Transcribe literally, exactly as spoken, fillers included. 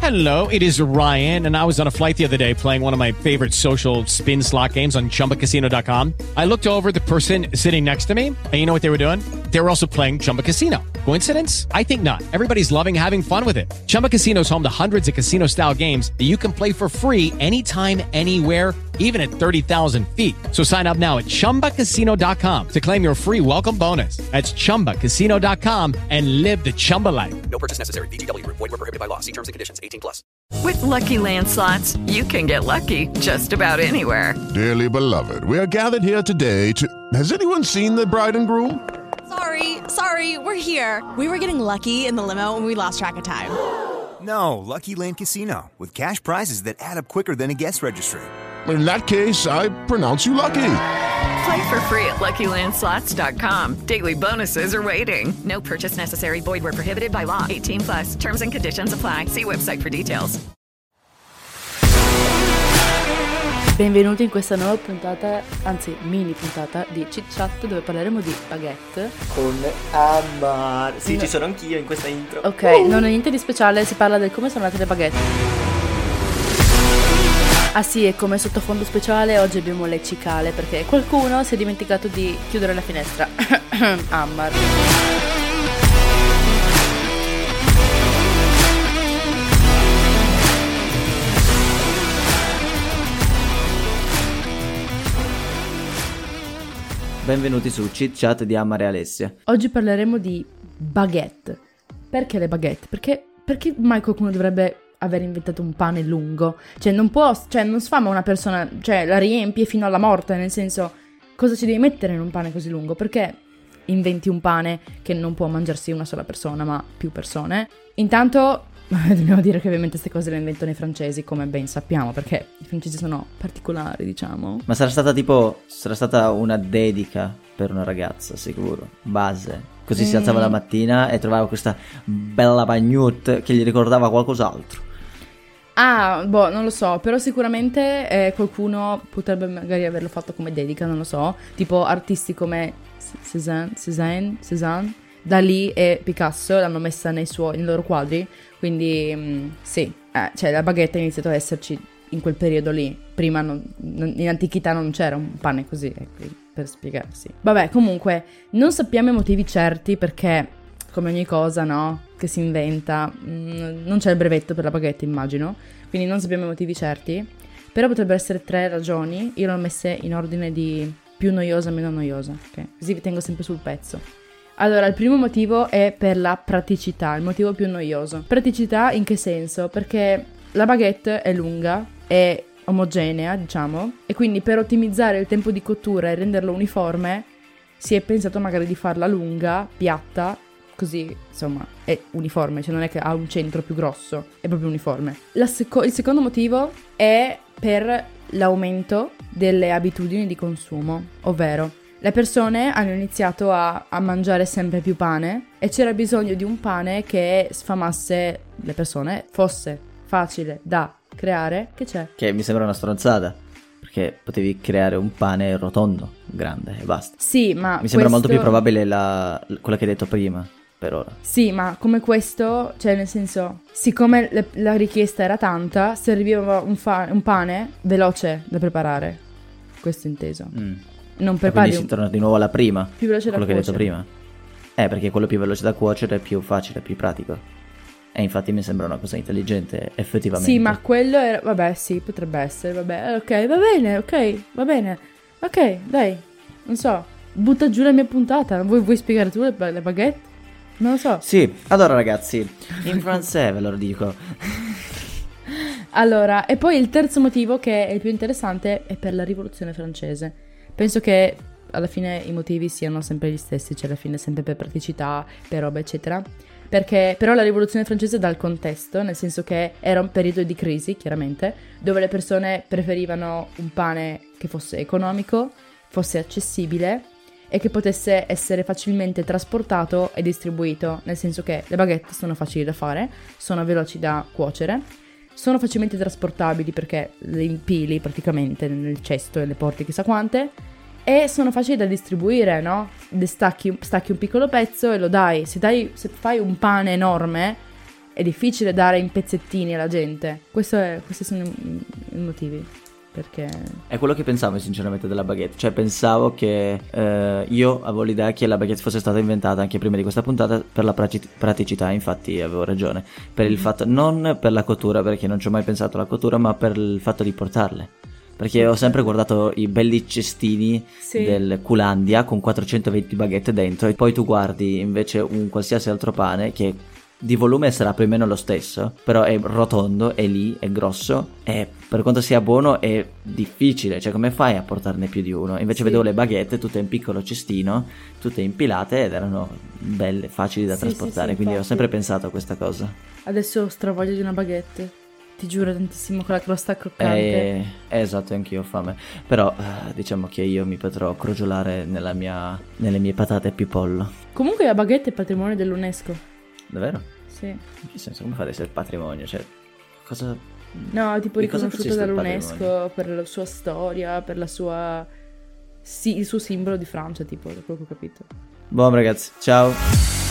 Hello, it is Ryan, and I was on a flight the other day playing one of my favorite social spin slot games on Chumba Casino dot com. I looked over at the person sitting next to me, and you know what they were doing? They were also playing Chumba Casino. Coincidence? I think not. Everybody's loving having fun with it. Chumba Casino is home to hundreds of casino-style games that you can play for free anytime, anywhere, even at thirty thousand feet. So sign up now at Chumba Casino dot com to claim your free welcome bonus. That's Chumba Casino dot com and live the Chumba life. No purchase necessary. V G W. Void where prohibited by law. See terms and conditions. eighteen plus. With Lucky Land Slots, you can get lucky just about anywhere. Dearly beloved, we are gathered here today to... Has anyone seen the bride and groom? Sorry, sorry, we're here. We were getting lucky in the limo and we lost track of time. No, Lucky Land Casino, with cash prizes that add up quicker than a guest registry. In that case, I pronounce you lucky. Play for free at Lucky Land Slots dot com. Daily bonuses are waiting. No purchase necessary. Void where prohibited by law. eighteen plus. Terms and conditions apply. See website for details. Benvenuti in questa nuova puntata, anzi mini puntata di Chit Chat, dove parleremo di baguette con Ammar. Sì, No. ci sono anch'io in questa intro. Ok, uh. non è niente di speciale, si parla del come sono andate le baguette. Ah sì, e come sottofondo speciale oggi abbiamo le cicale, perché qualcuno si è dimenticato di chiudere la finestra. Ammar. Benvenuti su Chit Chat di Ammar e Alessia. Oggi parleremo di baguette. Perché le baguette? Perché, perché mai qualcuno dovrebbe aver inventato un pane lungo? Cioè non può, cioè non sfama una persona, cioè la riempie fino alla morte, nel senso, cosa ci devi mettere in un pane così lungo? Perché inventi un pane che non può mangiarsi una sola persona, ma più persone? Intanto dobbiamo dire che ovviamente queste cose le inventano i francesi, come ben sappiamo, perché i francesi sono particolari, diciamo. Ma sarà stata tipo, sarà stata una dedica per una ragazza, sicuro, base. Così mm. si alzava la mattina e trovava questa bella pagnute che gli ricordava qualcos'altro. Ah, boh, non lo so, però sicuramente eh, qualcuno potrebbe magari averlo fatto come dedica, non lo so, tipo artisti come Cézanne, Cézanne, Cézanne, Dalì e Picasso l'hanno messa nei, suoi, nei loro quadri, quindi mh, sì, eh, cioè la baguette ha iniziato ad esserci in quel periodo lì, prima non, in antichità non c'era un pane così, ecco, per spiegarsi. Vabbè, comunque, non sappiamo i motivi certi perché, come ogni cosa, no, che si inventa, mh, non c'è il brevetto per la baguette, immagino, quindi non sappiamo i motivi certi, però potrebbero essere tre ragioni, io le ho messe in ordine di più noiosa a meno noiosa, ok? Così vi tengo sempre sul pezzo. Allora, il primo motivo è per la praticità, il motivo più noioso. Praticità in che senso? Perché la baguette è lunga, è omogenea, diciamo, e quindi per ottimizzare il tempo di cottura e renderlo uniforme si è pensato magari di farla lunga, piatta, così insomma è uniforme, cioè non è che ha un centro più grosso, è proprio uniforme. La seco- il secondo motivo è per l'aumento delle abitudini di consumo, ovvero le persone hanno iniziato a, a mangiare sempre più pane e c'era bisogno di un pane che sfamasse le persone, fosse facile da creare. Che c'è? Che mi sembra una stronzata, perché potevi creare un pane rotondo, grande e basta. Sì, ma mi questo... sembra molto più probabile la, quella che hai detto prima, per ora. Sì, ma come questo, cioè nel senso, siccome le, la richiesta era tanta, serviva un, fa- un pane veloce da preparare, questo inteso. Mm. Non e prepari quindi si torna di nuovo alla prima, più veloce da quello che hai cuocere. detto prima. Eh, perché quello più veloce da cuocere è più facile, più pratico. E infatti mi sembra una cosa intelligente, effettivamente. Sì, ma quello era... Vabbè, sì, potrebbe essere, vabbè. Ok, va bene, ok, va bene. Ok, dai, non so, butta giù la mia puntata. Vuoi, vuoi spiegare tu le, le baguette? Non lo so. Sì, allora ragazzi, in francese ve lo dico. Allora, e poi il terzo motivo, che è il più interessante, è per la rivoluzione francese. Penso che alla fine i motivi siano sempre gli stessi, cioè alla fine sempre per praticità, per roba eccetera. Perché però la rivoluzione francese dà il contesto, nel senso che era un periodo di crisi, chiaramente, dove le persone preferivano un pane che fosse economico, fosse accessibile e che potesse essere facilmente trasportato e distribuito, nel senso che le baguette sono facili da fare, sono veloci da cuocere, sono facilmente trasportabili perché le impili praticamente nel cesto e le porti chissà quante, e sono facili da distribuire, no? Stacchi, stacchi un piccolo pezzo e lo dai. Se, dai, se fai un pane enorme, è difficile dare in pezzettini alla gente. Questo è, questi sono i, i motivi. Perché è quello che pensavo sinceramente della baguette. Cioè pensavo che eh, io avevo l'idea che la baguette fosse stata inventata anche prima di questa puntata per la prati- praticità. Infatti avevo ragione. Per il fatto, non per la cottura, perché non ci ho mai pensato alla cottura, ma per il fatto di portarle. Perché ho sempre guardato i belli cestini sì. del Culandia con quattrocentoventi baguette dentro, e poi tu guardi invece un qualsiasi altro pane che di volume sarà più o meno lo stesso, però è rotondo, è lì, è grosso, e per quanto sia buono è difficile, cioè come fai a portarne più di uno? Invece sì. vedevo le baguette tutte in piccolo cestino, tutte impilate, ed erano belle, facili da sì, trasportare, sì, sì, quindi infatti. ho sempre pensato a questa cosa. Adesso ho stravoglio di una baguette, ti giuro tantissimo, con la crosta croccante. Eh, esatto, anch'io ho fame, però eh, diciamo che io mi potrò crogiolare nella mia, nelle mie patate più pollo. Comunque la baguette è patrimonio dell'UNESCO. Davvero? Sì. In che senso? Come fa ad essere patrimonio? Cioè, cosa... No, tipo di cosa riconosciuto consiste il dall'UNESCO patrimonio? per la sua storia, per la sua... Sì, il suo simbolo di Francia, tipo, da quello che ho capito. Buon ragazzi, ciao!